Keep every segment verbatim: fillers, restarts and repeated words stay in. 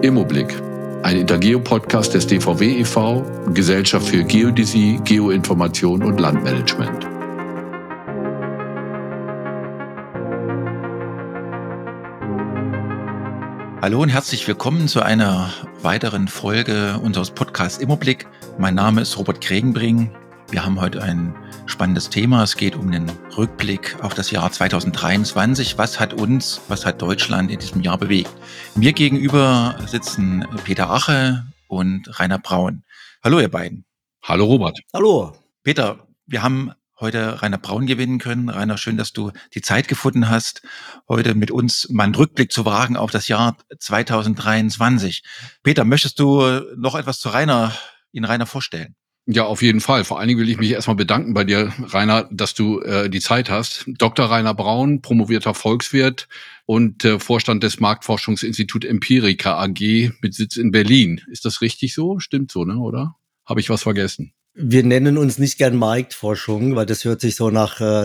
Immoblick, ein Intergeo-Podcast des D V W e V, Gesellschaft für Geodäsie, Geoinformation und Landmanagement. Hallo und herzlich willkommen zu einer weiteren Folge unseres Podcasts Immoblick. Mein Name ist Robert Kregenbring. Wir haben heute ein spannendes Thema. Es geht um den Rückblick auf das Jahr zwanzig dreiundzwanzig. Was hat uns, was hat Deutschland in diesem Jahr bewegt? Mir gegenüber sitzen Peter Ache und Rainer Braun. Hallo ihr beiden. Hallo Robert. Hallo. Peter, wir haben heute Rainer Braun gewinnen können. Rainer, schön, dass du die Zeit gefunden hast, heute mit uns mal einen Rückblick zu wagen auf das Jahr zwanzig dreiundzwanzig. Peter, möchtest du noch etwas zu Rainer, ihn Rainer vorstellen? Ja, auf jeden Fall. Vor allen Dingen will ich mich erstmal bedanken bei dir, Rainer, dass du äh, die Zeit hast. Doktor Rainer Braun, promovierter Volkswirt und äh, Vorstand des Marktforschungsinstituts Empirica A G mit Sitz in Berlin. Ist das richtig so? Stimmt so, ne? Oder habe ich was vergessen? Wir nennen uns nicht gern Marktforschung, weil das hört sich so nach äh,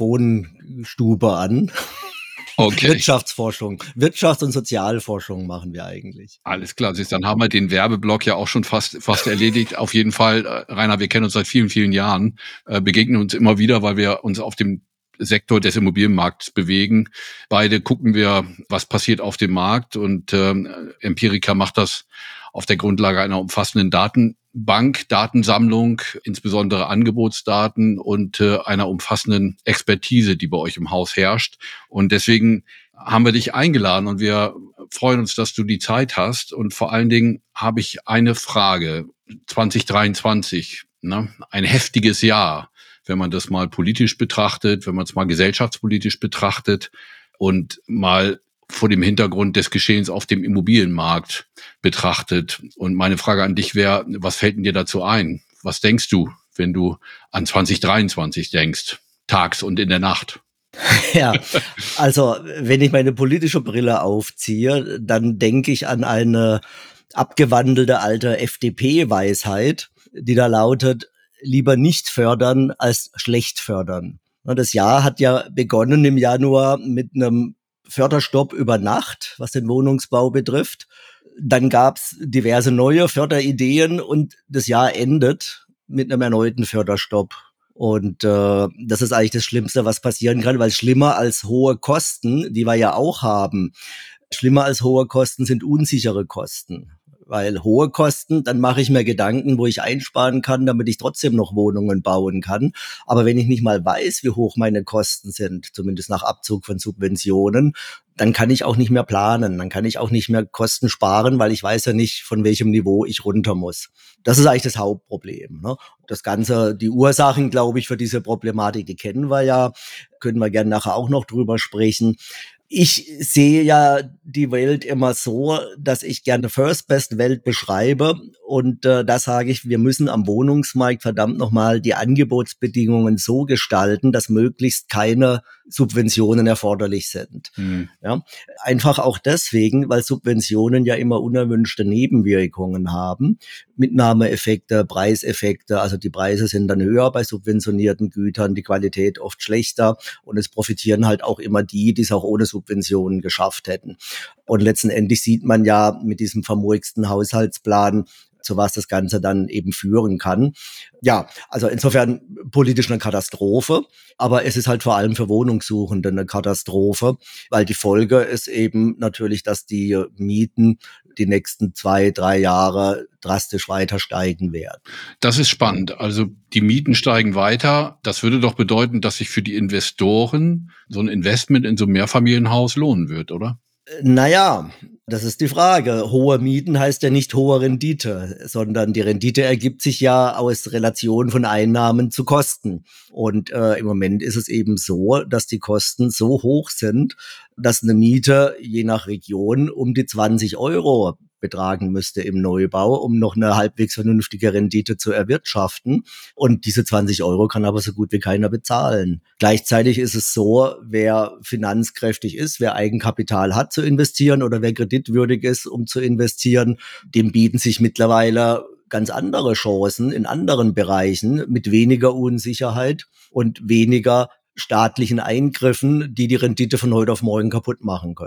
Telefonstube an. Okay. Wirtschaftsforschung. Wirtschafts- und Sozialforschung machen wir eigentlich. Alles klar, dann haben wir den Werbeblock ja auch schon fast fast erledigt. Auf jeden Fall, Rainer, wir kennen uns seit vielen, vielen Jahren, äh, begegnen uns immer wieder, weil wir uns auf dem Sektor des Immobilienmarkts bewegen. Beide gucken wir, was passiert auf dem Markt, und äh, Empirica macht das auf der Grundlage einer umfassenden Datenbank, Datensammlung, insbesondere Angebotsdaten und äh, einer umfassenden Expertise, die bei euch im Haus herrscht. Und deswegen haben wir dich eingeladen und wir freuen uns, dass du die Zeit hast. Und vor allen Dingen habe ich eine Frage. zwanzig dreiundzwanzig, ne? Ein heftiges Jahr, wenn man das mal politisch betrachtet, wenn man es mal gesellschaftspolitisch betrachtet und mal vor dem Hintergrund des Geschehens auf dem Immobilienmarkt betrachtet. Und meine Frage an dich wäre, was fällt denn dir dazu ein? Was denkst du, wenn du an zwanzig dreiundzwanzig denkst, tags und in der Nacht? Ja, also wenn ich meine politische Brille aufziehe, dann denke ich an eine abgewandelte alte F D P-Weisheit, die da lautet, lieber nicht fördern als schlecht fördern. Das Jahr hat ja begonnen im Januar mit einem Förderstopp über Nacht, was den Wohnungsbau betrifft. Dann gab's diverse neue Förderideen und das Jahr endet mit einem erneuten Förderstopp. Und äh, das ist eigentlich das Schlimmste, was passieren kann, weil schlimmer als hohe Kosten, die wir ja auch haben, schlimmer als hohe Kosten sind unsichere Kosten. Weil hohe Kosten, dann mache ich mir Gedanken, wo ich einsparen kann, damit ich trotzdem noch Wohnungen bauen kann. Aber wenn ich nicht mal weiß, wie hoch meine Kosten sind, zumindest nach Abzug von Subventionen, dann kann ich auch nicht mehr planen. Dann kann ich auch nicht mehr Kosten sparen, weil ich weiß ja nicht, von welchem Niveau ich runter muss. Das ist eigentlich das Hauptproblem, ne? Das Ganze, die Ursachen, glaube ich, für diese Problematik, die kennen wir ja, können wir gerne nachher auch noch drüber sprechen. Ich sehe ja die Welt immer so, dass ich gerne First Best Welt beschreibe, und äh, da sage ich, wir müssen am Wohnungsmarkt verdammt nochmal die Angebotsbedingungen so gestalten, dass möglichst keine Subventionen erforderlich sind. Mhm. Ja, einfach auch deswegen, weil Subventionen ja immer unerwünschte Nebenwirkungen haben, Mitnahmeeffekte, Preiseffekte, also die Preise sind dann höher bei subventionierten Gütern, die Qualität oft schlechter, und es profitieren halt auch immer die, die es auch ohne Subventionen geschafft hätten. Und letztendlich sieht man ja mit diesem vermurksten Haushaltsplan, zu was das Ganze dann eben führen kann. Ja, also insofern politisch eine Katastrophe, aber es ist halt vor allem für Wohnungssuchende eine Katastrophe, weil die Folge ist eben natürlich, dass die Mieten die nächsten zwei, drei Jahre drastisch weiter steigen werden. Das ist spannend. Also die Mieten steigen weiter. Das würde doch bedeuten, dass sich für die Investoren so ein Investment in so ein Mehrfamilienhaus lohnen wird, oder? Naja, das ist die Frage. Hohe Mieten heißt ja nicht hohe Rendite, sondern die Rendite ergibt sich ja aus Relation von Einnahmen zu Kosten. Und äh, im Moment ist es eben so, dass die Kosten so hoch sind, dass eine Miete je nach Region um die zwanzig Euro betragen müsste im Neubau, um noch eine halbwegs vernünftige Rendite zu erwirtschaften. Und diese zwanzig Euro kann aber so gut wie keiner bezahlen. Gleichzeitig ist es so, wer finanzkräftig ist, wer Eigenkapital hat zu investieren oder wer kreditwürdig ist, um zu investieren, dem bieten sich mittlerweile ganz andere Chancen in anderen Bereichen mit weniger Unsicherheit und weniger staatlichen Eingriffen, die die Rendite von heute auf morgen kaputt machen können.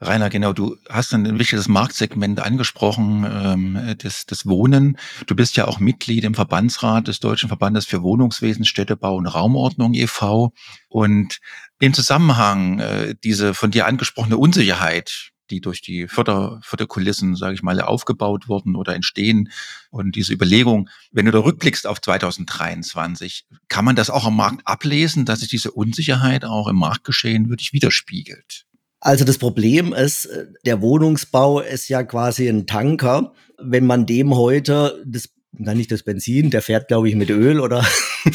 Rainer, genau, du hast ein wichtiges Marktsegment angesprochen, ähm, das, das Wohnen. Du bist ja auch Mitglied im Verbandsrat des Deutschen Verbandes für Wohnungswesen, Städtebau und Raumordnung e V Und im Zusammenhang äh, diese von dir angesprochene Unsicherheit, die durch die Förder, Förderkulissen, sage ich mal, aufgebaut wurden oder entstehen und diese Überlegung, wenn du da rückblickst auf zwanzig dreiundzwanzig, kann man das auch am Markt ablesen, dass sich diese Unsicherheit auch im Marktgeschehen wirklich widerspiegelt? Also das Problem ist, der Wohnungsbau ist ja quasi ein Tanker. Wenn man dem heute das, na nicht das Benzin, der fährt glaube ich mit Öl oder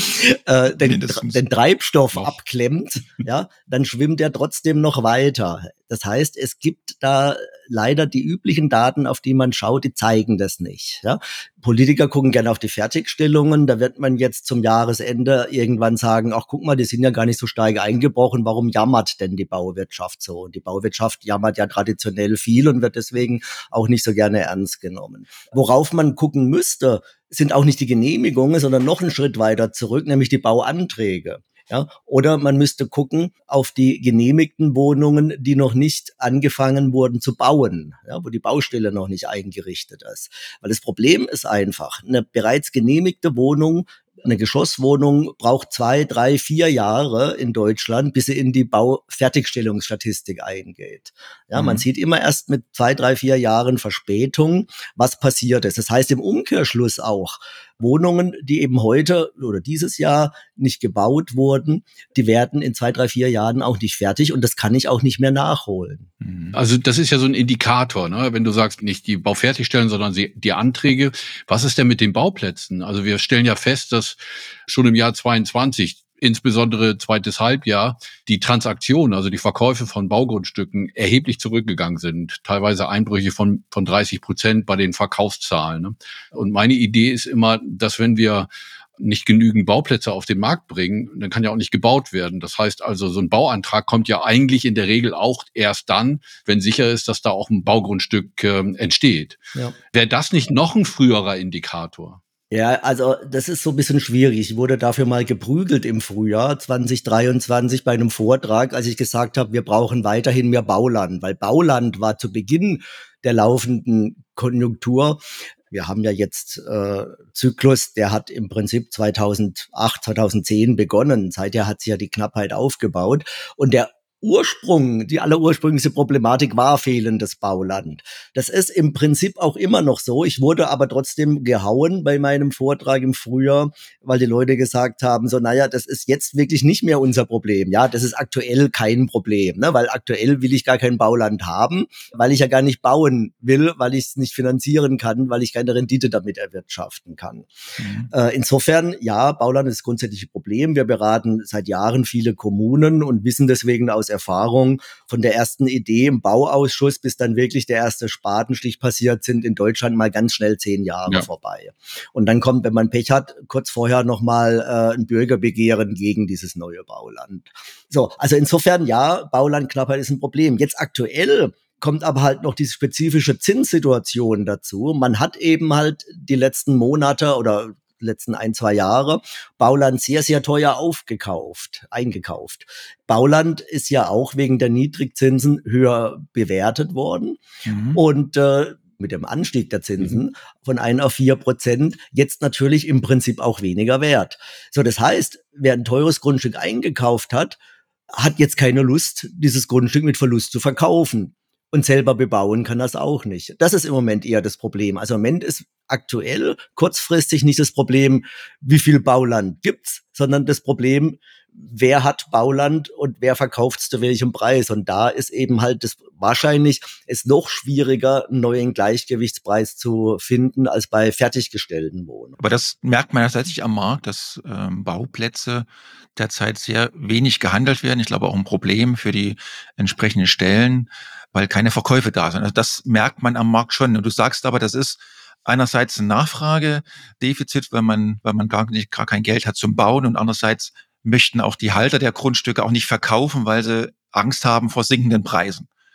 äh, den, den Treibstoff noch abklemmt, ja, dann schwimmt er trotzdem noch weiter. Das heißt, es gibt da leider die üblichen Daten, auf die man schaut, die zeigen das nicht. Ja. Politiker gucken gerne auf die Fertigstellungen. Da wird man jetzt zum Jahresende irgendwann sagen, ach guck mal, die sind ja gar nicht so stark eingebrochen. Warum jammert denn die Bauwirtschaft so? Und die Bauwirtschaft jammert ja traditionell viel und wird deswegen auch nicht so gerne ernst genommen. Worauf man gucken müsste, sind auch nicht die Genehmigungen, sondern noch einen Schritt weiter zurück, nämlich die Bauanträge. Ja, oder man müsste gucken auf die genehmigten Wohnungen, die noch nicht angefangen wurden zu bauen, ja, wo die Baustelle noch nicht eingerichtet ist. Weil das Problem ist einfach, eine bereits genehmigte Wohnung, eine Geschosswohnung braucht zwei, drei, vier Jahre in Deutschland, bis sie in die Baufertigstellungsstatistik eingeht. Ja, mhm. Man sieht immer erst mit zwei, drei, vier Jahren Verspätung, was passiert ist. Das heißt im Umkehrschluss auch, Wohnungen, die eben heute oder dieses Jahr nicht gebaut wurden, die werden in zwei, drei, vier Jahren auch nicht fertig und das kann ich auch nicht mehr nachholen. Also das ist ja so ein Indikator, ne? Wenn du sagst, nicht die Baufertigstellen, sondern die Anträge. Was ist denn mit den Bauplätzen? Also wir stellen ja fest, dass schon im Jahr zweiundzwanzig, insbesondere zweites Halbjahr, die Transaktionen, also die Verkäufe von Baugrundstücken erheblich zurückgegangen sind. Teilweise Einbrüche von, von dreißig Prozent bei den Verkaufszahlen. Ne? Und meine Idee ist immer, dass wenn wir nicht genügend Bauplätze auf den Markt bringen, dann kann ja auch nicht gebaut werden. Das heißt also, so ein Bauantrag kommt ja eigentlich in der Regel auch erst dann, wenn sicher ist, dass da auch ein Baugrundstück äh, entsteht. Ja. Wäre das nicht noch ein früherer Indikator? Ja, also das ist so ein bisschen schwierig. Ich wurde dafür mal geprügelt im Frühjahr zwanzig dreiundzwanzig bei einem Vortrag, als ich gesagt habe, wir brauchen weiterhin mehr Bauland, weil Bauland war zu Beginn der laufenden Konjunktur. Wir haben ja jetzt äh, Zyklus, der hat im Prinzip zweitausendacht, zweitausendzehn begonnen. Seither hat sich ja die Knappheit aufgebaut und der Ursprung, die allerursprünglichste Problematik war fehlendes Bauland. Das ist im Prinzip auch immer noch so. Ich wurde aber trotzdem gehauen bei meinem Vortrag im Frühjahr, weil die Leute gesagt haben, so, naja, das ist jetzt wirklich nicht mehr unser Problem. Ja, das ist aktuell kein Problem, ne? Weil aktuell will ich gar kein Bauland haben, weil ich ja gar nicht bauen will, weil ich es nicht finanzieren kann, weil ich keine Rendite damit erwirtschaften kann. Mhm. Äh, insofern, ja, Bauland ist das grundsätzliche Problem. Wir beraten seit Jahren viele Kommunen und wissen deswegen aus Erfahrung, von der ersten Idee im Bauausschuss bis dann wirklich der erste Spatenstich passiert, sind in Deutschland mal ganz schnell zehn Jahre ja. vorbei. Und dann kommt, wenn man Pech hat, kurz vorher nochmal äh, ein Bürgerbegehren gegen dieses neue Bauland. So, also insofern, ja, Baulandknappheit ist ein Problem. Jetzt aktuell kommt aber halt noch diese spezifische Zinssituation dazu. Man hat eben halt die letzten Monate oder letzten ein, zwei Jahre Bauland sehr, sehr teuer aufgekauft, eingekauft. Bauland ist ja auch wegen der Niedrigzinsen höher bewertet worden. Mhm. Und äh, mit dem Anstieg der Zinsen mhm. von ein auf vier Prozent jetzt natürlich im Prinzip auch weniger wert. So, das heißt, wer ein teures Grundstück eingekauft hat, hat jetzt keine Lust, dieses Grundstück mit Verlust zu verkaufen. Und selber bebauen kann das auch nicht. Das ist im Moment eher das Problem. Also im Moment ist aktuell kurzfristig nicht das Problem, wie viel Bauland gibt's, sondern das Problem, wer hat Bauland und wer verkauft es zu welchem Preis. Und da ist eben halt das wahrscheinlich ist noch schwieriger, einen neuen Gleichgewichtspreis zu finden als bei fertiggestellten Wohnungen. Aber das merkt man ja tatsächlich am Markt, dass ähm, Bauplätze derzeit sehr wenig gehandelt werden. Ich glaube auch ein Problem für die entsprechenden Stellen, weil keine Verkäufe da sind. Also das merkt man am Markt schon. Und du sagst aber, das ist einerseits ein Nachfragedefizit, weil man, weil man gar nicht, gar kein Geld hat zum Bauen, und andererseits möchten auch die Halter der Grundstücke auch nicht verkaufen, weil sie Angst haben vor sinkenden Preisen.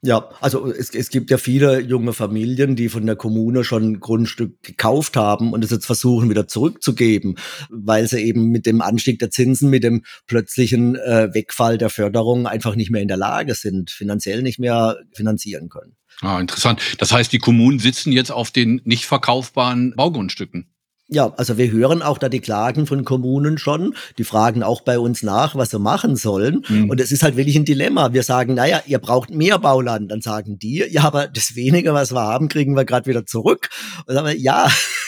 Ja, also es, es gibt ja viele junge Familien, die von der Kommune schon ein Grundstück gekauft haben und es jetzt versuchen wieder zurückzugeben, weil sie eben mit dem Anstieg der Zinsen, mit dem plötzlichen äh, Wegfall der Förderung einfach nicht mehr in der Lage sind, finanziell nicht mehr finanzieren können. Ah, interessant. Das heißt, die Kommunen sitzen jetzt auf den nicht verkaufbaren Baugrundstücken. Ja, also wir hören auch da die Klagen von Kommunen schon. Die fragen auch bei uns nach, was sie machen sollen. Mhm. Und es ist halt wirklich ein Dilemma. Wir sagen, naja, ihr braucht mehr Bauland. Dann sagen die, ja, aber das wenige, was wir haben, kriegen wir gerade wieder zurück. Und dann sagen wir, ja,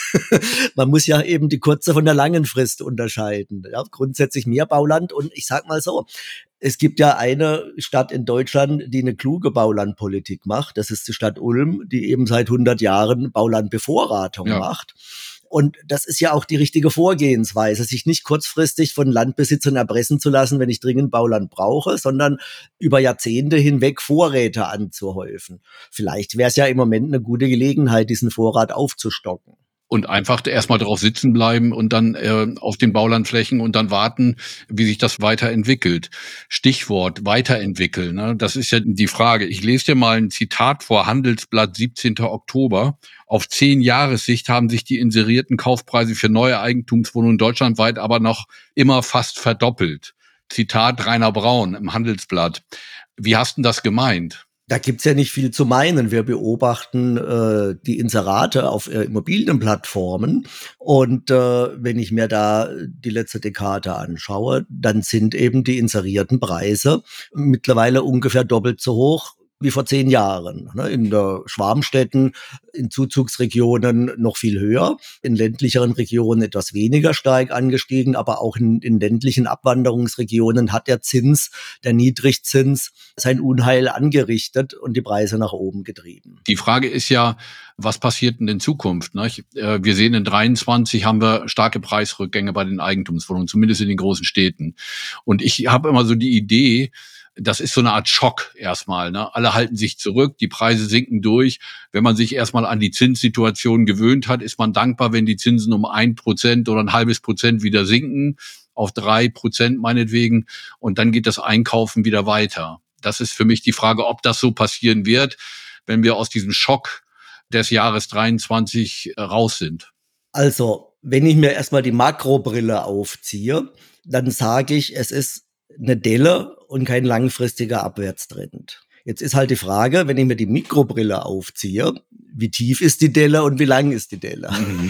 man muss ja eben die kurze von der langen Frist unterscheiden. Ja, grundsätzlich mehr Bauland. Und ich sag mal so, es gibt ja eine Stadt in Deutschland, die eine kluge Baulandpolitik macht. Das ist die Stadt Ulm, die eben seit hundert Jahren Baulandbevorratung Ja. macht. Und das ist ja auch die richtige Vorgehensweise, sich nicht kurzfristig von Landbesitzern erpressen zu lassen, wenn ich dringend Bauland brauche, sondern über Jahrzehnte hinweg Vorräte anzuhäufen. Vielleicht wäre es ja im Moment eine gute Gelegenheit, diesen Vorrat aufzustocken. Und einfach erstmal drauf sitzen bleiben und dann äh, auf den Baulandflächen und dann warten, wie sich das weiterentwickelt. Stichwort weiterentwickeln, ne? Das ist ja die Frage. Ich lese dir mal ein Zitat vor, Handelsblatt, siebzehnten Oktober. Auf zehn Jahressicht haben sich die inserierten Kaufpreise für neue Eigentumswohnungen deutschlandweit aber noch immer fast verdoppelt. Zitat Rainer Braun im Handelsblatt. Wie hast du das gemeint? Da gibt's ja nicht viel zu meinen. Wir beobachten äh, die Inserate auf äh, Immobilienplattformen und äh, wenn ich mir da die letzte Dekade anschaue, dann sind eben die inserierten Preise mittlerweile ungefähr doppelt so hoch wie vor zehn Jahren. In der Schwarmstädten, in Zuzugsregionen noch viel höher, in ländlicheren Regionen etwas weniger stark angestiegen, aber auch in, in ländlichen Abwanderungsregionen hat der Zins, der Niedrigzins, sein Unheil angerichtet und die Preise nach oben getrieben. Die Frage ist ja, was passiert denn in Zukunft? Ne? Wir sehen in dreiundzwanzig haben wir starke Preisrückgänge bei den Eigentumswohnungen, zumindest in den großen Städten. Und ich habe immer so die Idee, das ist so eine Art Schock erstmal. Ne? Alle halten sich zurück, die Preise sinken durch. Wenn man sich erstmal an die Zinssituation gewöhnt hat, ist man dankbar, wenn die Zinsen um ein Prozent oder ein halbes Prozent wieder sinken, auf drei Prozent meinetwegen. Und dann geht das Einkaufen wieder weiter. Das ist für mich die Frage, ob das so passieren wird, wenn wir aus diesem Schock des Jahres dreiundzwanzig raus sind. Also, wenn ich mir erstmal die Makrobrille aufziehe, dann sage ich, es ist eine Delle und kein langfristiger Abwärtstrend. Jetzt ist halt die Frage, wenn ich mir die Mikrobrille aufziehe, wie tief ist die Delle und wie lang ist die Delle? Mhm.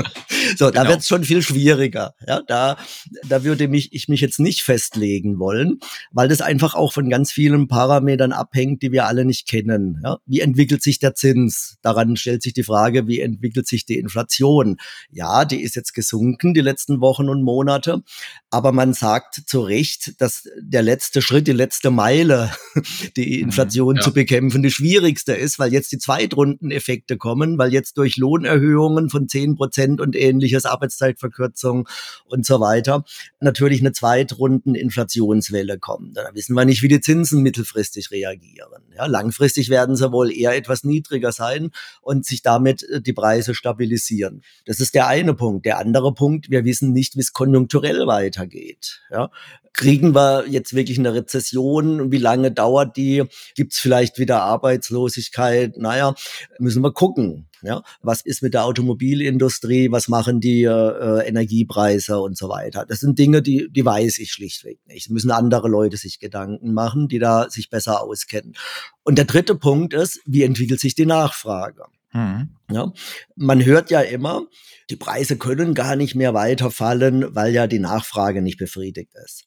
So, da genau. Wird es schon viel schwieriger. Ja, da, da würde mich, ich mich jetzt nicht festlegen wollen, weil das einfach auch von ganz vielen Parametern abhängt, die wir alle nicht kennen. Ja, wie entwickelt sich der Zins? Daran stellt sich die Frage, wie entwickelt sich die Inflation? Ja, die ist jetzt gesunken die letzten Wochen und Monate, aber man sagt zu Recht, dass der letzte Schritt, die letzte Meile, die Inflation ja. zu bekämpfen, die schwierigste ist, weil jetzt die Zweitrundeneffekte kommen, weil jetzt durch Lohnerhöhungen von zehn Prozent und ähnliches, Arbeitszeitverkürzung und so weiter, natürlich eine Zweitrunden-Inflationswelle kommt. Da wissen wir nicht, wie die Zinsen mittelfristig reagieren. Ja, langfristig werden sie wohl eher etwas niedriger sein und sich damit die Preise stabilisieren. Das ist der eine Punkt. Der andere Punkt, wir wissen nicht, wie es konjunkturell weitergeht. Ja, kriegen wir jetzt wirklich eine Rezession? Wie lange dauert die? Gibt es vielleicht wieder Arbeitslosigkeit? Naja, müssen wir gucken. Ja, was ist mit der Automobilindustrie? Was machen die äh, Energiepreise und so weiter? Das sind Dinge, die die weiß ich schlichtweg nicht. Müssen andere Leute sich Gedanken machen, die da sich besser auskennen. Und der dritte Punkt ist, wie entwickelt sich die Nachfrage? Mhm. Ja, man hört ja immer, die Preise können gar nicht mehr weiterfallen, weil ja die Nachfrage nicht befriedigt ist.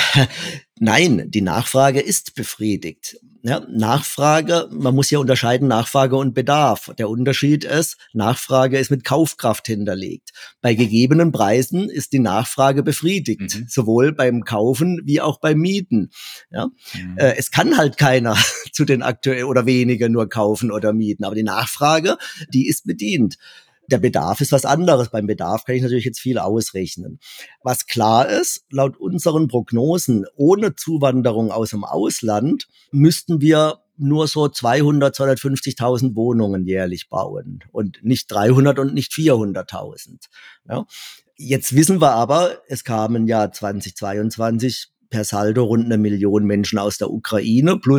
Nein, die Nachfrage ist befriedigt. Ja, Nachfrage, man muss ja unterscheiden Nachfrage und Bedarf. Der Unterschied ist, Nachfrage ist mit Kaufkraft hinterlegt. Bei gegebenen Preisen ist die Nachfrage befriedigt, mhm. sowohl beim Kaufen wie auch beim Mieten. Ja, mhm. äh, es kann halt keiner zu den aktuell oder weniger nur kaufen oder mieten, aber die Nachfrage, die ist bedient. Der Bedarf ist was anderes. Beim Bedarf kann ich natürlich jetzt viel ausrechnen. Was klar ist, laut unseren Prognosen, ohne Zuwanderung aus dem Ausland, müssten wir nur so zweihundert, zweihundertfünfzigtausend Wohnungen jährlich bauen und nicht dreihundert und nicht vierhunderttausend. Ja. Jetzt wissen wir aber, es kamen ja zwanzig zweiundzwanzig per Saldo rund eine Million Menschen aus der Ukraine plus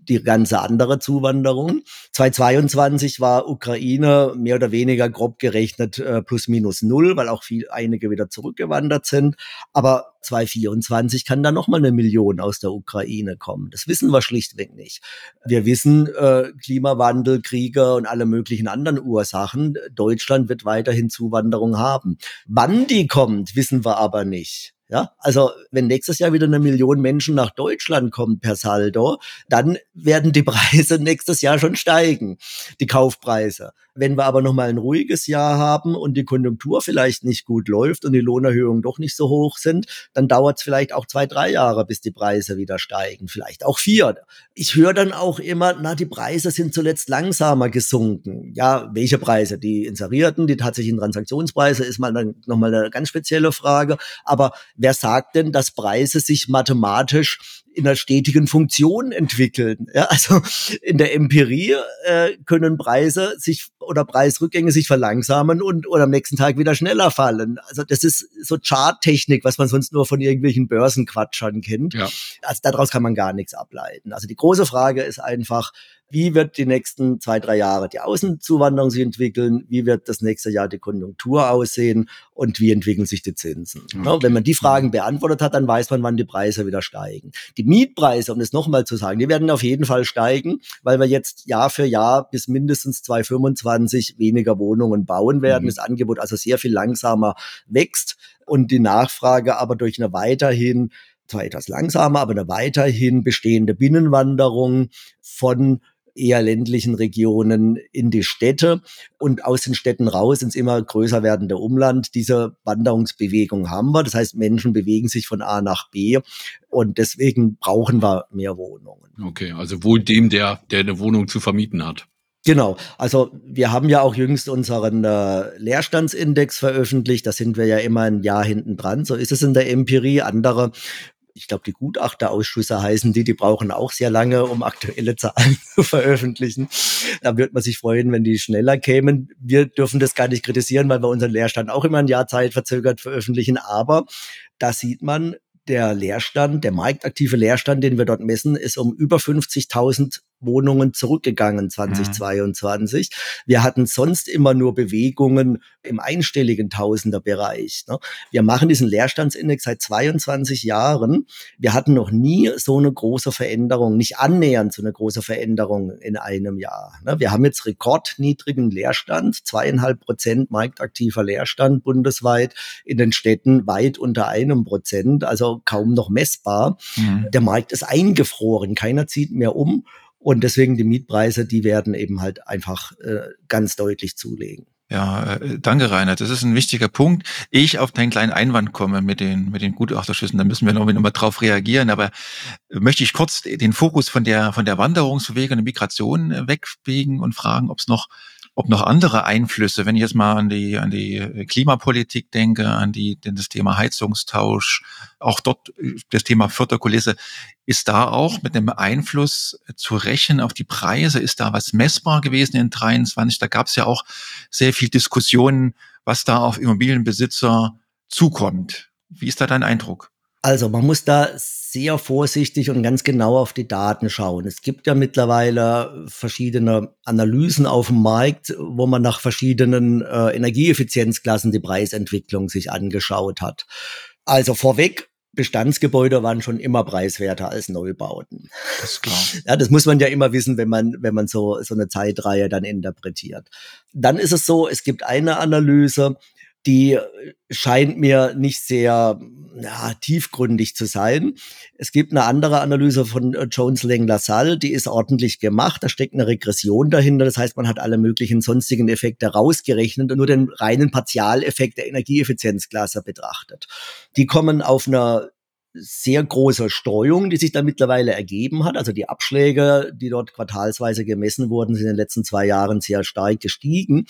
die ganze andere Zuwanderung. zweitausendzweiundzwanzig war Ukraine mehr oder weniger grob gerechnet äh, plus minus null, weil auch viel, einige wieder zurückgewandert sind. Aber zweitausendvierundzwanzig kann da nochmal eine Million aus der Ukraine kommen. Das wissen wir schlichtweg nicht. Wir wissen, äh, Klimawandel, Kriege und alle möglichen anderen Ursachen. Deutschland wird weiterhin Zuwanderung haben. Wann die kommt, wissen wir aber nicht. Ja, also wenn nächstes Jahr wieder eine Million Menschen nach Deutschland kommen per Saldo, dann werden die Preise nächstes Jahr schon steigen, die Kaufpreise. Wenn wir aber nochmal ein ruhiges Jahr haben und die Konjunktur vielleicht nicht gut läuft und die Lohnerhöhungen doch nicht so hoch sind, dann dauert es vielleicht auch zwei, drei Jahre, bis die Preise wieder steigen, vielleicht auch vier. Ich höre dann auch immer, na, die Preise sind zuletzt langsamer gesunken. Ja, welche Preise? Die inserierten, die tatsächlichen Transaktionspreise ist mal dann nochmal eine ganz spezielle Frage. Aber wer sagt denn, dass Preise sich mathematisch in einer stetigen Funktion entwickeln? Ja, also in der Empirie äh, können Preise sich oder Preisrückgänge sich verlangsamen und oder am nächsten Tag wieder schneller fallen. Also das ist so Charttechnik, was man sonst nur von irgendwelchen Börsenquatschern kennt. Ja. Also daraus kann man gar nichts ableiten. Also die große Frage ist einfach, wie wird die nächsten zwei, drei Jahre die Außenzuwanderung sich entwickeln? Wie wird das nächste Jahr die Konjunktur aussehen? Und wie entwickeln sich die Zinsen? Okay. Ja, wenn man die Fragen beantwortet hat, dann weiß man, wann die Preise wieder steigen. Die Mietpreise, um das nochmal zu sagen, die werden auf jeden Fall steigen, weil wir jetzt Jahr für Jahr bis mindestens zweitausendfünfundzwanzig weniger Wohnungen bauen werden. Mhm. Das Angebot also sehr viel langsamer wächst und die Nachfrage aber durch eine weiterhin, zwar etwas langsamer, aber eine weiterhin bestehende Binnenwanderung von eher ländlichen Regionen in die Städte und aus den Städten raus ins immer größer werdende Umland. Diese Wanderungsbewegung haben wir. Das heißt, Menschen bewegen sich von A nach B und deswegen brauchen wir mehr Wohnungen. Okay, also wohl dem, der, der eine Wohnung zu vermieten hat. Genau, also wir haben ja auch jüngst unseren äh, Leerstandsindex veröffentlicht. Da sind wir ja immer ein Jahr hinten dran. So ist es in der Empirie. Andere, ich glaube, die Gutachterausschüsse heißen die, die brauchen auch sehr lange, um aktuelle Zahlen zu veröffentlichen. Da würde man sich freuen, wenn die schneller kämen. Wir dürfen das gar nicht kritisieren, weil wir unseren Leerstand auch immer ein Jahr zeitverzögert veröffentlichen. Aber da sieht man, der Leerstand, der marktaktive Leerstand, den wir dort messen, ist um über fünfzigtausend Wohnungen zurückgegangen zweitausendzweiundzwanzig. Mhm. Wir hatten sonst immer nur Bewegungen im einstelligen Tausenderbereich. Ne? Wir machen diesen Leerstandsindex seit zweiundzwanzig Jahren. Wir hatten noch nie so eine große Veränderung, nicht annähernd so eine große Veränderung in einem Jahr. Ne? Wir haben jetzt rekordniedrigen Leerstand, zweieinhalb Prozent marktaktiver Leerstand bundesweit, in den Städten weit unter einem Prozent, also kaum noch messbar. Mhm. Der Markt ist eingefroren, keiner zieht mehr um. Und deswegen die Mietpreise, die werden eben halt einfach äh, ganz deutlich zulegen. Ja, äh, danke, Reinhard. Das ist ein wichtiger Punkt. Ich auf deinen kleinen Einwand komme mit den mit den Gutachterschüssen, da müssen wir noch, noch mal drauf reagieren. Aber möchte ich kurz den Fokus von der von der Wanderungsbewegung und Migration wegbiegen und fragen, ob es noch ob noch andere Einflüsse, wenn ich jetzt mal an die an die Klimapolitik denke, an die denn das Thema Heizungstausch, auch dort das Thema Förderkulisse, ist da auch mit einem Einfluss zu rechnen auf die Preise? Ist da was messbar gewesen in dreiundzwanzig? Da gab es ja auch sehr viel Diskussionen, was da auf Immobilienbesitzer zukommt. Wie ist da dein Eindruck? Also man muss da sehr vorsichtig und ganz genau auf die Daten schauen. Es gibt ja mittlerweile verschiedene Analysen auf dem Markt, wo man nach verschiedenen äh, Energieeffizienzklassen die Preisentwicklung sich angeschaut hat. Also vorweg, Bestandsgebäude waren schon immer preiswerter als Neubauten. Das ist klar. Ja, das muss man ja immer wissen, wenn man, wenn man so, so eine Zeitreihe dann interpretiert. Dann ist es so, es gibt eine Analyse, die scheint mir nicht sehr ja, tiefgründig zu sein. Es gibt eine andere Analyse von Jones Lang LaSalle, die ist ordentlich gemacht. Da steckt eine Regression dahinter. Das heißt, man hat alle möglichen sonstigen Effekte rausgerechnet und nur den reinen Partialeffekt der Energieeffizienzklasse betrachtet. Die kommen auf eine sehr große Streuung, die sich da mittlerweile ergeben hat. Also die Abschläge, die dort quartalsweise gemessen wurden, sind in den letzten zwei Jahren sehr stark gestiegen.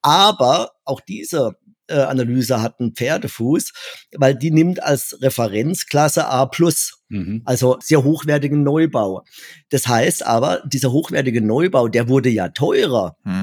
Aber auch diese Analyse hat einen Pferdefuß, weil die nimmt als Referenzklasse A plus, mhm. also sehr hochwertigen Neubau. Das heißt aber, dieser hochwertige Neubau, der wurde ja teurer. Mhm.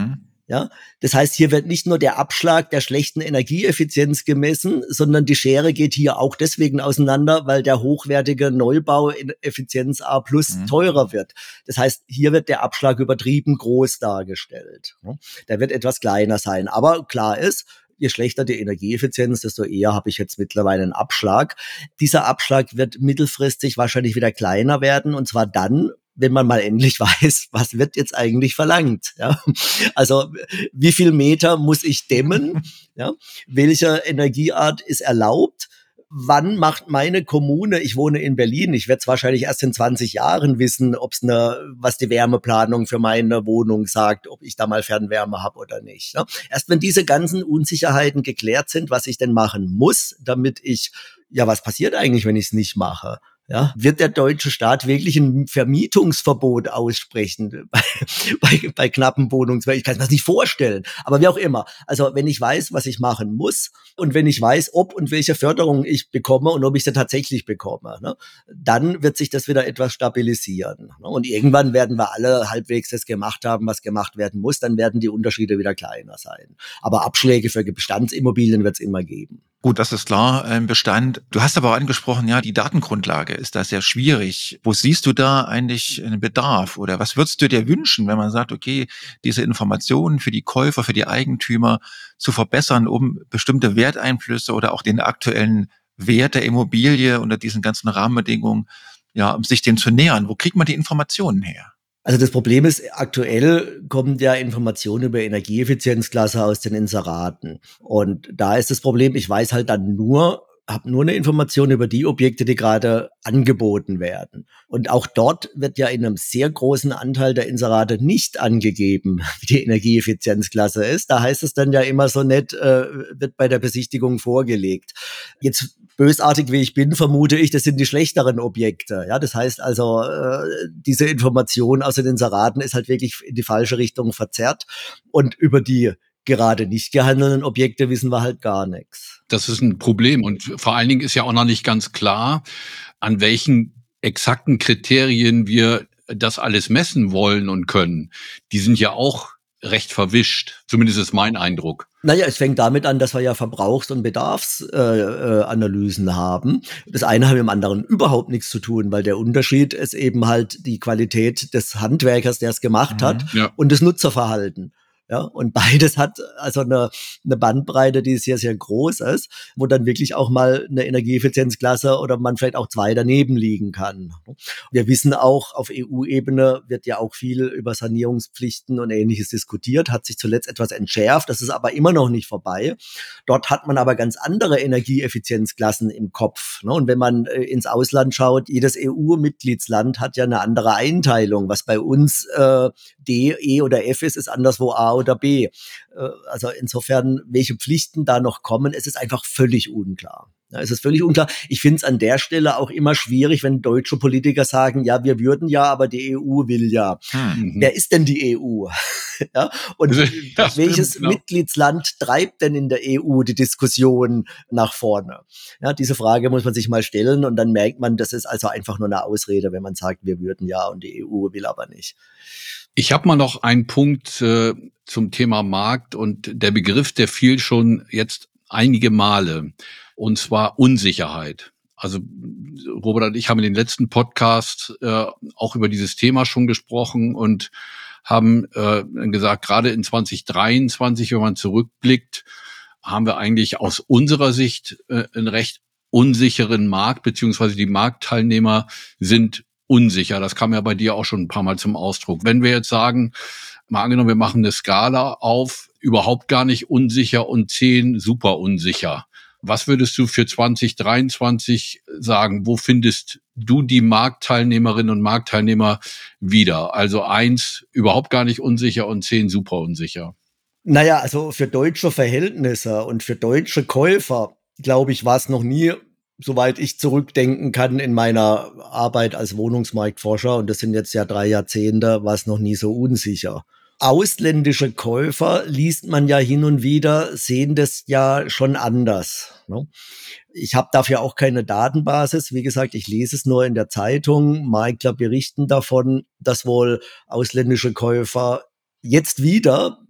Ja, das heißt, hier wird nicht nur der Abschlag der schlechten Energieeffizienz gemessen, sondern die Schere geht hier auch deswegen auseinander, weil der hochwertige Neubau in Effizienz A plus mhm. teurer wird. Das heißt, hier wird der Abschlag übertrieben groß dargestellt. Der wird etwas kleiner sein. Aber klar ist, je schlechter die Energieeffizienz, desto eher habe ich jetzt mittlerweile einen Abschlag. Dieser Abschlag wird mittelfristig wahrscheinlich wieder kleiner werden, und zwar dann, wenn man mal endlich weiß, was wird jetzt eigentlich verlangt. Ja? Also wie viel Meter muss ich dämmen? Ja? Welche Energieart ist erlaubt? Wann macht meine Kommune, ich wohne in Berlin, ich werde es wahrscheinlich erst in zwanzig Jahren wissen, ob's eine, was die Wärmeplanung für meine Wohnung sagt, ob ich da mal Fernwärme habe oder nicht. Ja? Erst wenn diese ganzen Unsicherheiten geklärt sind, was ich denn machen muss, damit ich, ja, was passiert eigentlich, wenn ich es nicht mache? Ja, wird der deutsche Staat wirklich ein Vermietungsverbot aussprechen bei, bei, bei knappen Wohnungswerten? Ich kann es mir nicht vorstellen, aber wie auch immer. Also wenn ich weiß, was ich machen muss und wenn ich weiß, ob und welche Förderung ich bekomme und ob ich sie tatsächlich bekomme, ne, dann wird sich das wieder etwas stabilisieren. Ne? Und irgendwann werden wir alle halbwegs das gemacht haben, was gemacht werden muss. Dann werden die Unterschiede wieder kleiner sein. Aber Abschläge für Bestandsimmobilien wird es immer geben. Gut, das ist klar, ein Bestand. Du hast aber auch angesprochen, ja, die Datengrundlage ist da sehr schwierig. Wo siehst du da eigentlich einen Bedarf? Oder was würdest du dir wünschen, wenn man sagt, okay, diese Informationen für die Käufer, für die Eigentümer zu verbessern, um bestimmte Werteinflüsse oder auch den aktuellen Wert der Immobilie unter diesen ganzen Rahmenbedingungen, ja, um sich dem zu nähern? Wo kriegt man die Informationen her? Also das Problem ist, aktuell kommen ja Informationen über Energieeffizienzklasse aus den Inseraten. Und da ist das Problem, ich weiß halt dann nur, habe nur eine Information über die Objekte, die gerade angeboten werden. Und auch dort wird ja in einem sehr großen Anteil der Inserate nicht angegeben, wie die Energieeffizienzklasse ist. Da heißt es dann ja immer so nett, äh, wird bei der Besichtigung vorgelegt. Jetzt bösartig wie ich bin, vermute ich, das sind die schlechteren Objekte. Ja, das heißt also, äh, diese Information aus den Inseraten ist halt wirklich in die falsche Richtung verzerrt. Und über die gerade nicht gehandelten Objekte wissen wir halt gar nichts. Das ist ein Problem. Und vor allen Dingen ist ja auch noch nicht ganz klar, an welchen exakten Kriterien wir das alles messen wollen und können. Die sind ja auch recht verwischt. Zumindest ist mein Eindruck. Naja, es fängt damit an, dass wir ja Verbrauchs- und Bedarfsanalysen äh, äh, haben. Das eine hat mit dem anderen überhaupt nichts zu tun, weil der Unterschied ist eben halt die Qualität des Handwerkers, der es gemacht mhm, hat, ja. und das Nutzerverhalten. Ja, und beides hat also eine, eine Bandbreite, die sehr, sehr groß ist, wo dann wirklich auch mal eine Energieeffizienzklasse oder man vielleicht auch zwei daneben liegen kann. Wir wissen auch, auf E U-Ebene wird ja auch viel über Sanierungspflichten und Ähnliches diskutiert, hat sich zuletzt etwas entschärft, das ist aber immer noch nicht vorbei. Dort hat man aber ganz andere Energieeffizienzklassen im Kopf. Und wenn man ins Ausland schaut, jedes E U-Mitgliedsland hat ja eine andere Einteilung. Was bei uns äh, D, E oder F ist, ist anderswo A oder B. Also insofern, welche Pflichten da noch kommen, es ist einfach völlig unklar. Ja, es ist völlig unklar. Ich finde es an der Stelle auch immer schwierig, wenn deutsche Politiker sagen, ja, wir würden ja, aber die E U will ja. Hm. Wer ist denn die E U? Ja, und ja, welches stimmt, genau. Mitgliedsland treibt denn in der E U die Diskussion nach vorne? Ja, diese Frage muss man sich mal stellen und dann merkt man, das ist also einfach nur eine Ausrede, wenn man sagt, wir würden ja und die E U will aber nicht. Ich habe mal noch einen Punkt äh, zum Thema Markt und der Begriff, der fiel schon jetzt einige Male, und zwar Unsicherheit. Also Robert und ich haben in den letzten Podcasts äh, auch über dieses Thema schon gesprochen und haben äh, gesagt, gerade in zwanzig dreiundzwanzig, wenn man zurückblickt, haben wir eigentlich aus unserer Sicht äh, einen recht unsicheren Markt, beziehungsweise die Marktteilnehmer sind unsicher. Das kam ja bei dir auch schon ein paar Mal zum Ausdruck. Wenn wir jetzt sagen, mal angenommen, wir machen eine Skala auf, überhaupt gar nicht unsicher und zehn super unsicher. Was würdest du für zwanzig dreiundzwanzig sagen? Wo findest du die Marktteilnehmerinnen und Marktteilnehmer wieder? Also eins, überhaupt gar nicht unsicher und zehn super unsicher. Naja, also für deutsche Verhältnisse und für deutsche Käufer, glaube ich, war es noch nie, soweit ich zurückdenken kann in meiner Arbeit als Wohnungsmarktforscher, und das sind jetzt ja drei Jahrzehnte, war es noch nie so unsicher. Ausländische Käufer, liest man ja hin und wieder, sehen das ja schon anders. Ne? Ich habe dafür auch keine Datenbasis. Wie gesagt, ich lese es nur in der Zeitung. Makler berichten davon, dass wohl ausländische Käufer jetzt wieder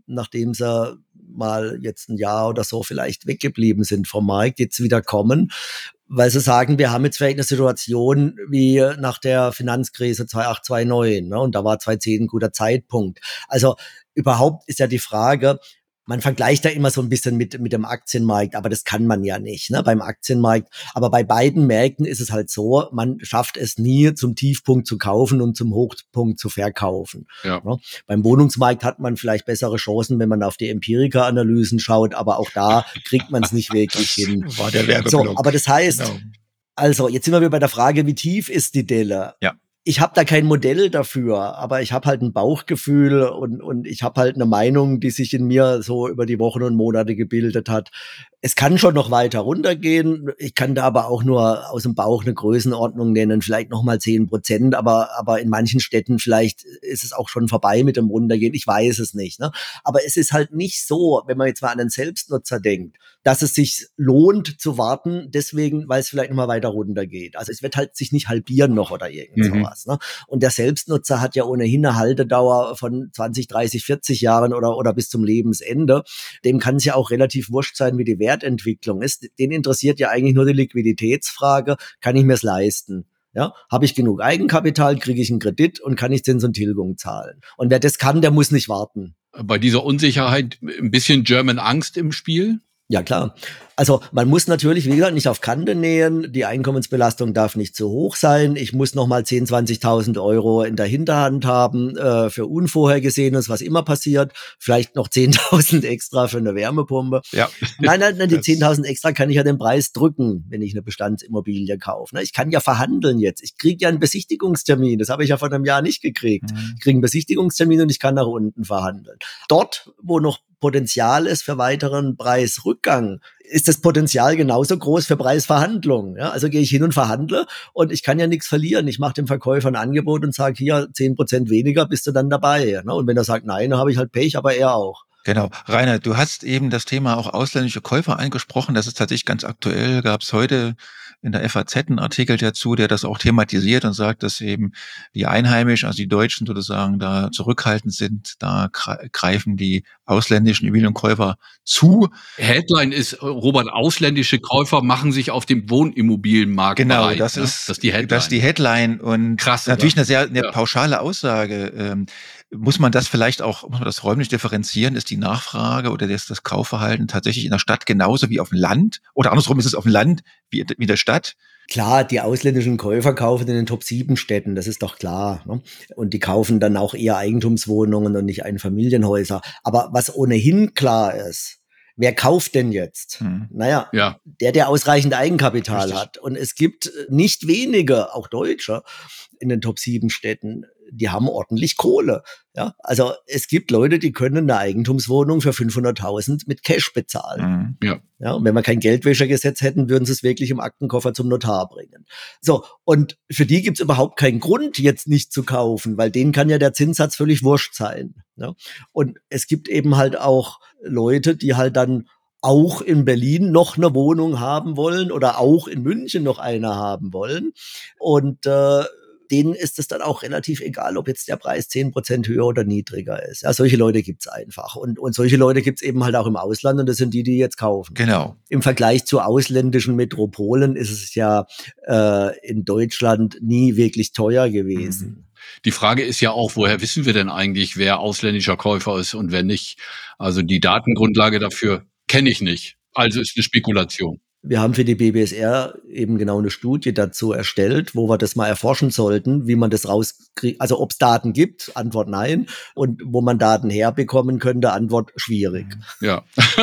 nachdem sie mal jetzt ein Jahr oder so vielleicht weggeblieben sind vom Markt, jetzt wieder kommen, weil sie sagen, wir haben jetzt vielleicht eine Situation wie nach der Finanzkrise zweitausendacht, zweitausendneun, ne? Und da war zweitausendzehn ein guter Zeitpunkt. Also überhaupt ist ja die Frage, man vergleicht da immer so ein bisschen mit, mit dem Aktienmarkt, aber das kann man ja nicht, ne, beim Aktienmarkt. Aber bei beiden Märkten ist es halt so, man schafft es nie, zum Tiefpunkt zu kaufen und zum Hochpunkt zu verkaufen. Ja. Ne? Beim Wohnungsmarkt hat man vielleicht bessere Chancen, wenn man auf die Empiriker-Analysen schaut, aber auch da kriegt man es nicht wirklich hin. War der Werbeblock. So, aber das heißt, genau. Also jetzt sind wir wieder bei der Frage, wie tief ist die Delle? Ja. Ich habe da kein Modell dafür, aber ich habe halt ein Bauchgefühl und, und ich habe halt eine Meinung, die sich in mir so über die Wochen und Monate gebildet hat. Es kann schon noch weiter runtergehen. Ich kann da aber auch nur aus dem Bauch eine Größenordnung nennen, vielleicht nochmal zehn Prozent, aber, aber in manchen Städten vielleicht ist es auch schon vorbei mit dem Runtergehen. Ich weiß es nicht, ne? Aber es ist halt nicht so, wenn man jetzt mal an den Selbstnutzer denkt, dass es sich lohnt zu warten, deswegen, weil es vielleicht nochmal weiter runtergeht. Also es wird halt sich nicht halbieren noch oder irgend sowas, mhm. ne? Und der Selbstnutzer hat ja ohnehin eine Haltedauer von zwanzig, dreißig, vierzig Jahren oder, oder bis zum Lebensende. Dem kann es ja auch relativ wurscht sein, wie die Wertentwicklung ist. Den interessiert ja eigentlich nur die Liquiditätsfrage. Kann ich mir es leisten? Ja, habe ich genug Eigenkapital, kriege ich einen Kredit und kann ich Zins und Tilgung zahlen? Und wer das kann, der muss nicht warten. Bei dieser Unsicherheit ein bisschen German Angst im Spiel? Ja, klar. Also man muss natürlich, wie gesagt, nicht auf Kante nähen. Die Einkommensbelastung darf nicht zu hoch sein. Ich muss nochmal zehntausend, zwanzigtausend Euro in der Hinterhand haben äh, für Unvorhergesehenes, was immer passiert. Vielleicht noch zehntausend extra für eine Wärmepumpe. Ja. Nein, nein, nein, die zehntausend extra kann ich ja den Preis drücken, wenn ich eine Bestandsimmobilie kaufe. Ne? Ich kann ja verhandeln jetzt. Ich kriege ja einen Besichtigungstermin. Das habe ich ja vor einem Jahr nicht gekriegt. Mhm. Ich kriege einen Besichtigungstermin und ich kann nach unten verhandeln. Dort, wo noch Potenzial ist für weiteren Preisrückgang, ist das Potenzial genauso groß für Preisverhandlungen. Ja, also gehe ich hin und verhandle und ich kann ja nichts verlieren. Ich mache dem Verkäufer ein Angebot und sage, hier zehn Prozent weniger, bist du dann dabei. Und wenn er sagt, nein, dann habe ich halt Pech, aber er auch. Genau. Rainer, du hast eben das Thema auch ausländische Käufer angesprochen. Das ist tatsächlich ganz aktuell. Gab es heute in der F A Z einen Artikel dazu, der das auch thematisiert und sagt, dass eben die Einheimischen, also die Deutschen sozusagen, da zurückhaltend sind. Da greifen die ausländischen Immobilienkäufer zu. Headline ist, Robert, ausländische Käufer machen sich auf dem Wohnimmobilienmarkt genau, bereit. Genau, das, ne? ist, das ist die Headline. Das ist die Headline. Und krass, natürlich oder? eine sehr eine ja. pauschale Aussage. Ähm, muss man das vielleicht auch, muss man das räumlich differenzieren? Ist die Nachfrage oder ist das Kaufverhalten tatsächlich in der Stadt genauso wie auf dem Land? Oder andersrum, ist es auf dem Land wie in der Stadt? Klar, die ausländischen Käufer kaufen in den Top sieben Städten, das ist doch klar. Ne? Und die kaufen dann auch eher Eigentumswohnungen und nicht Einfamilienhäuser. Aber was ohnehin klar ist, wer kauft denn jetzt? Hm. Naja, ja. der, der ausreichend Eigenkapital Richtig. hat. Und es gibt nicht wenige, auch Deutsche, in den Top sieben Städten, die haben ordentlich Kohle. Ja, also es gibt Leute, die können eine Eigentumswohnung für fünfhunderttausend mit Cash bezahlen. Mhm. Ja. Ja, und wenn wir kein Geldwäschegesetz hätten, würden sie es wirklich im Aktenkoffer zum Notar bringen. So, und für die gibt's überhaupt keinen Grund, jetzt nicht zu kaufen, weil denen kann ja der Zinssatz völlig wurscht sein. Ja? Und es gibt eben halt auch Leute, die halt dann auch in Berlin noch eine Wohnung haben wollen oder auch in München noch eine haben wollen. Und äh, denen ist es dann auch relativ egal, ob jetzt der Preis zehn Prozent höher oder niedriger ist. Ja, solche Leute gibt's einfach. Und, und solche Leute gibt's eben halt auch im Ausland und das sind die, die jetzt kaufen. Genau. Im Vergleich zu ausländischen Metropolen ist es ja äh, in Deutschland nie wirklich teuer gewesen. Die Frage ist ja auch, woher wissen wir denn eigentlich, wer ausländischer Käufer ist und wer nicht? Also die Datengrundlage dafür kenne ich nicht. Also ist eine Spekulation. Wir haben für die B B S R eben genau eine Studie dazu erstellt, wo wir das mal erforschen sollten, wie man das rauskriegt, also ob es Daten gibt, Antwort nein, und wo man Daten herbekommen könnte, Antwort schwierig. Ja,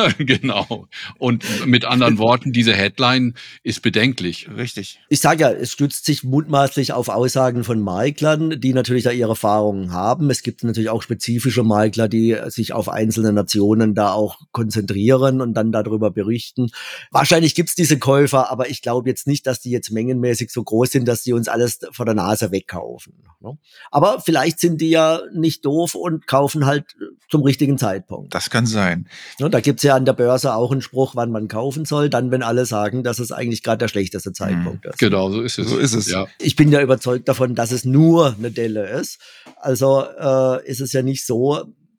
genau. Und mit anderen Worten, diese Headline ist bedenklich. Richtig. Ich sage ja, es stützt sich mutmaßlich auf Aussagen von Maklern, die natürlich da ihre Erfahrungen haben. Es gibt natürlich auch spezifische Makler, die sich auf einzelne Nationen da auch konzentrieren und dann darüber berichten. Wahrscheinlich gibt es diese Käufer, aber ich glaube jetzt nicht, dass die jetzt mengenmäßig so groß sind, dass die uns alles vor der Nase wegkaufen. Ne? Aber vielleicht sind die ja nicht doof und kaufen halt zum richtigen Zeitpunkt. Das kann sein. Ne, da gibt's ja an der Börse auch einen Spruch, wann man kaufen soll, dann, wenn alle sagen, dass es eigentlich gerade der schlechteste Zeitpunkt mhm. ist. Genau, so ist es. So ist es. Ja. Ich bin ja überzeugt davon, dass es nur eine Delle ist. Also äh, ist es ja nicht so,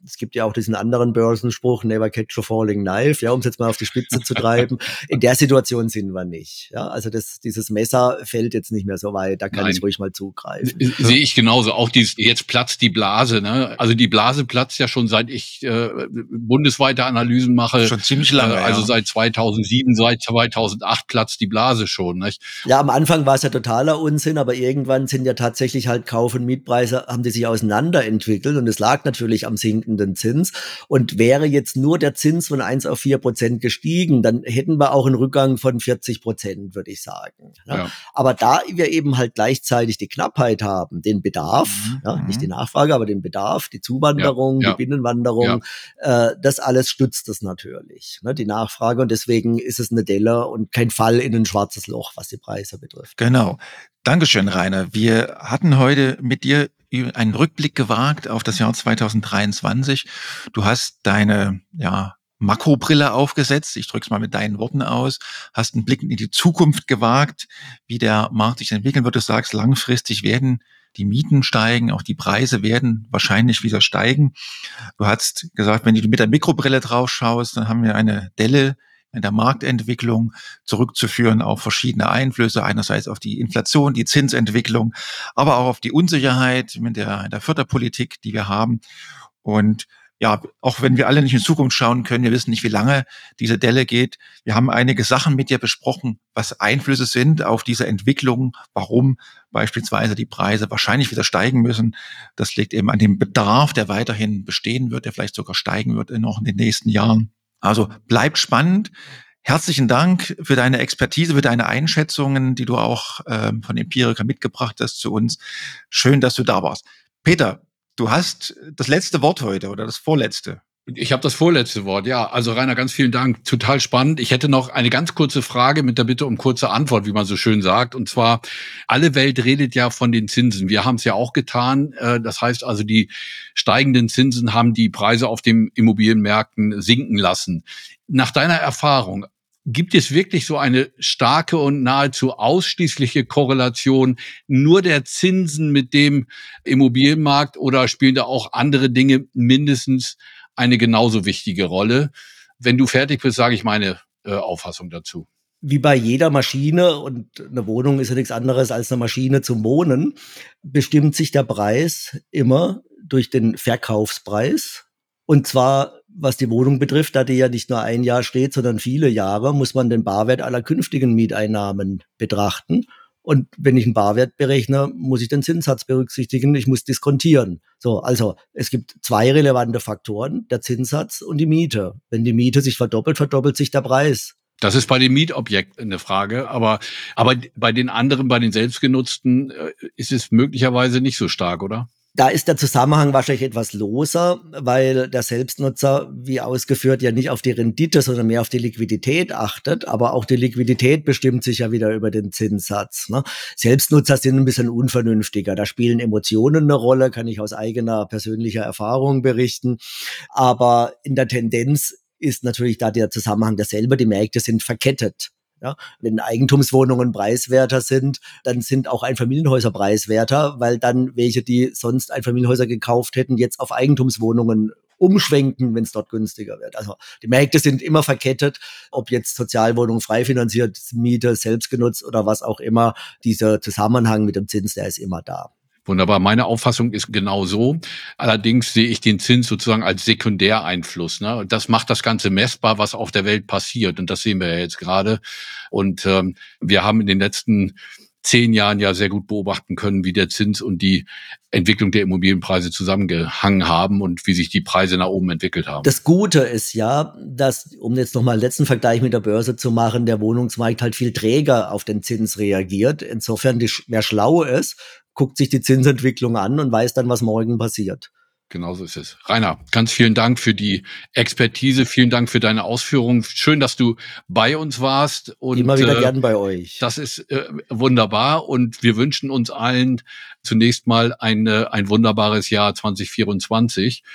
Es gibt ja auch diesen anderen Börsenspruch, never catch a falling knife, ja, um es jetzt mal auf die Spitze zu treiben. In der Situation sind wir nicht. Ja, also das, dieses Messer fällt jetzt nicht mehr so weit, da kann Nein. ich ruhig mal zugreifen. S- Sehe ich genauso. Auch dieses, jetzt platzt die Blase, ne? Also die Blase platzt ja schon seit ich äh, bundesweite Analysen mache. Schon ziemlich lange. Äh, also ja. seit zweitausendsieben, seit zweitausendacht platzt die Blase schon, nicht? Ja, am Anfang war es ja totaler Unsinn, aber irgendwann sind ja tatsächlich halt Kauf- und Mietpreise, haben die sich auseinanderentwickelt und es lag natürlich am sinkenden Zins. Und wäre jetzt nur der Zins von eins auf vier Prozent gestiegen, dann hätten wir auch einen Rückgang von vierzig Prozent, würde ich sagen. Ja. Ja. Aber da wir eben halt gleichzeitig die Knappheit haben, den Bedarf, mhm. ja, nicht die Nachfrage, aber den Bedarf, die Zuwanderung, ja. Ja. die Binnenwanderung, ja. äh, das alles stützt es natürlich, ne, die Nachfrage. Und deswegen ist es eine Delle und kein Fall in ein schwarzes Loch, was die Preise betrifft. Genau. Dankeschön, Rainer. Wir hatten heute mit dir einen Rückblick gewagt auf das Jahr zweitausenddreiundzwanzig. Du hast deine, ja, Makrobrille aufgesetzt, ich drücke es mal mit deinen Worten aus, hast einen Blick in die Zukunft gewagt, wie der Markt sich entwickeln wird. Du sagst, langfristig werden die Mieten steigen, auch die Preise werden wahrscheinlich wieder steigen. Du hast gesagt, wenn du mit der Mikrobrille drauf schaust, dann haben wir eine Delle in der Marktentwicklung zurückzuführen auf verschiedene Einflüsse, einerseits auf die Inflation, die Zinsentwicklung, aber auch auf die Unsicherheit mit der, der Förderpolitik, die wir haben. Und ja, auch wenn wir alle nicht in Zukunft schauen können, wir wissen nicht, wie lange diese Delle geht. Wir haben einige Sachen mit dir besprochen, was Einflüsse sind auf diese Entwicklung, warum beispielsweise die Preise wahrscheinlich wieder steigen müssen. Das liegt eben an dem Bedarf, der weiterhin bestehen wird, der vielleicht sogar steigen wird noch in den nächsten Jahren. Also bleibt spannend. Herzlichen Dank für deine Expertise, für deine Einschätzungen, die du auch ähm, von Empirica mitgebracht hast zu uns. Schön, dass du da warst. Peter, du hast das letzte Wort heute oder das vorletzte. Ich habe das vorletzte Wort, ja. Also Rainer, ganz vielen Dank. Total spannend. Ich hätte noch eine ganz kurze Frage mit der Bitte um kurze Antwort, wie man so schön sagt. Und zwar, alle Welt redet ja von den Zinsen. Wir haben es ja auch getan. Das heißt also, die steigenden Zinsen haben die Preise auf den Immobilienmärkten sinken lassen. Nach deiner Erfahrung, gibt es wirklich so eine starke und nahezu ausschließliche Korrelation nur der Zinsen mit dem Immobilienmarkt oder spielen da auch andere Dinge mindestens eine genauso wichtige Rolle? Wenn du fertig bist, sage ich meine äh, Auffassung dazu. Wie bei jeder Maschine, und eine Wohnung ist ja nichts anderes als eine Maschine zum Wohnen, bestimmt sich der Preis immer durch den Verkaufspreis. Und zwar, was die Wohnung betrifft, da die ja nicht nur ein Jahr steht, sondern viele Jahre, muss man den Barwert aller künftigen Mieteinnahmen betrachten. Und wenn ich einen Barwert berechne, muss ich den Zinssatz berücksichtigen, ich muss diskontieren. So, also es gibt zwei relevante Faktoren, der Zinssatz und die Miete. Wenn die Miete sich verdoppelt, verdoppelt sich der Preis. Das ist bei den Mietobjekten eine Frage, aber, aber bei den anderen, bei den selbstgenutzten, ist es möglicherweise nicht so stark, oder? Da ist der Zusammenhang wahrscheinlich etwas loser, weil der Selbstnutzer, wie ausgeführt, ja nicht auf die Rendite, sondern mehr auf die Liquidität achtet. Aber auch die Liquidität bestimmt sich ja wieder über den Zinssatz, ne? Selbstnutzer sind ein bisschen unvernünftiger. Da spielen Emotionen eine Rolle, kann ich aus eigener persönlicher Erfahrung berichten. Aber in der Tendenz ist natürlich da der Zusammenhang derselbe. Die Märkte sind verkettet. Ja, wenn Eigentumswohnungen preiswerter sind, dann sind auch Einfamilienhäuser preiswerter, weil dann welche, die sonst Einfamilienhäuser gekauft hätten, jetzt auf Eigentumswohnungen umschwenken, wenn es dort günstiger wird. Also die Märkte sind immer verkettet, ob jetzt Sozialwohnungen frei finanziert, Miete, selbstgenutzt oder was auch immer. Dieser Zusammenhang mit dem Zins, der ist immer da. Wunderbar. Meine Auffassung ist genau so. Allerdings sehe ich den Zins sozusagen als Sekundäreinfluss. Ne? Das macht das Ganze messbar, was auf der Welt passiert. Und das sehen wir ja jetzt gerade. Und ähm, wir haben in den letzten zehn Jahren ja sehr gut beobachten können, wie der Zins und die Entwicklung der Immobilienpreise zusammengehangen haben und wie sich die Preise nach oben entwickelt haben. Das Gute ist ja, dass, um jetzt nochmal einen letzten Vergleich mit der Börse zu machen, der Wohnungsmarkt halt viel träger auf den Zins reagiert. Insofern, die, wer schlau ist, guckt sich die Zinsentwicklung an und weiß dann, was morgen passiert. Genauso ist es. Rainer, ganz vielen Dank für die Expertise, vielen Dank für deine Ausführungen. Schön, dass du bei uns warst. Und immer wieder äh, gern bei euch. Das ist äh, wunderbar und wir wünschen uns allen zunächst mal ein, ein wunderbares Jahr zwanzig vierundzwanzig.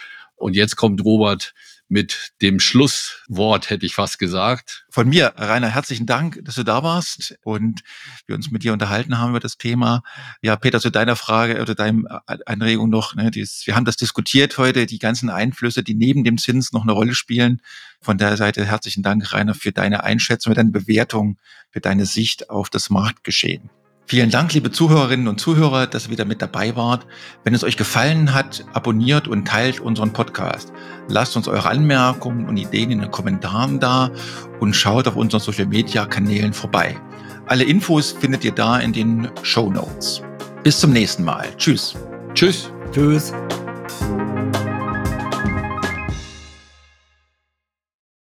Und jetzt kommt Robert mit dem Schlusswort, hätte ich fast gesagt. Von mir, Rainer, herzlichen Dank, dass du da warst und wir uns mit dir unterhalten haben über das Thema. Ja, Peter, zu deiner Frage oder deiner Anregung noch, ne, dieses, wir haben das diskutiert heute, die ganzen Einflüsse, die neben dem Zins noch eine Rolle spielen. Von der Seite herzlichen Dank, Rainer, für deine Einschätzung, für deine Bewertung, für deine Sicht auf das Marktgeschehen. Vielen Dank, liebe Zuhörerinnen und Zuhörer, dass ihr wieder mit dabei wart. Wenn es euch gefallen hat, abonniert und teilt unseren Podcast. Lasst uns eure Anmerkungen und Ideen in den Kommentaren da und schaut auf unseren Social-Media-Kanälen vorbei. Alle Infos findet ihr da in den Shownotes. Bis zum nächsten Mal. Tschüss. Tschüss. Tschüss.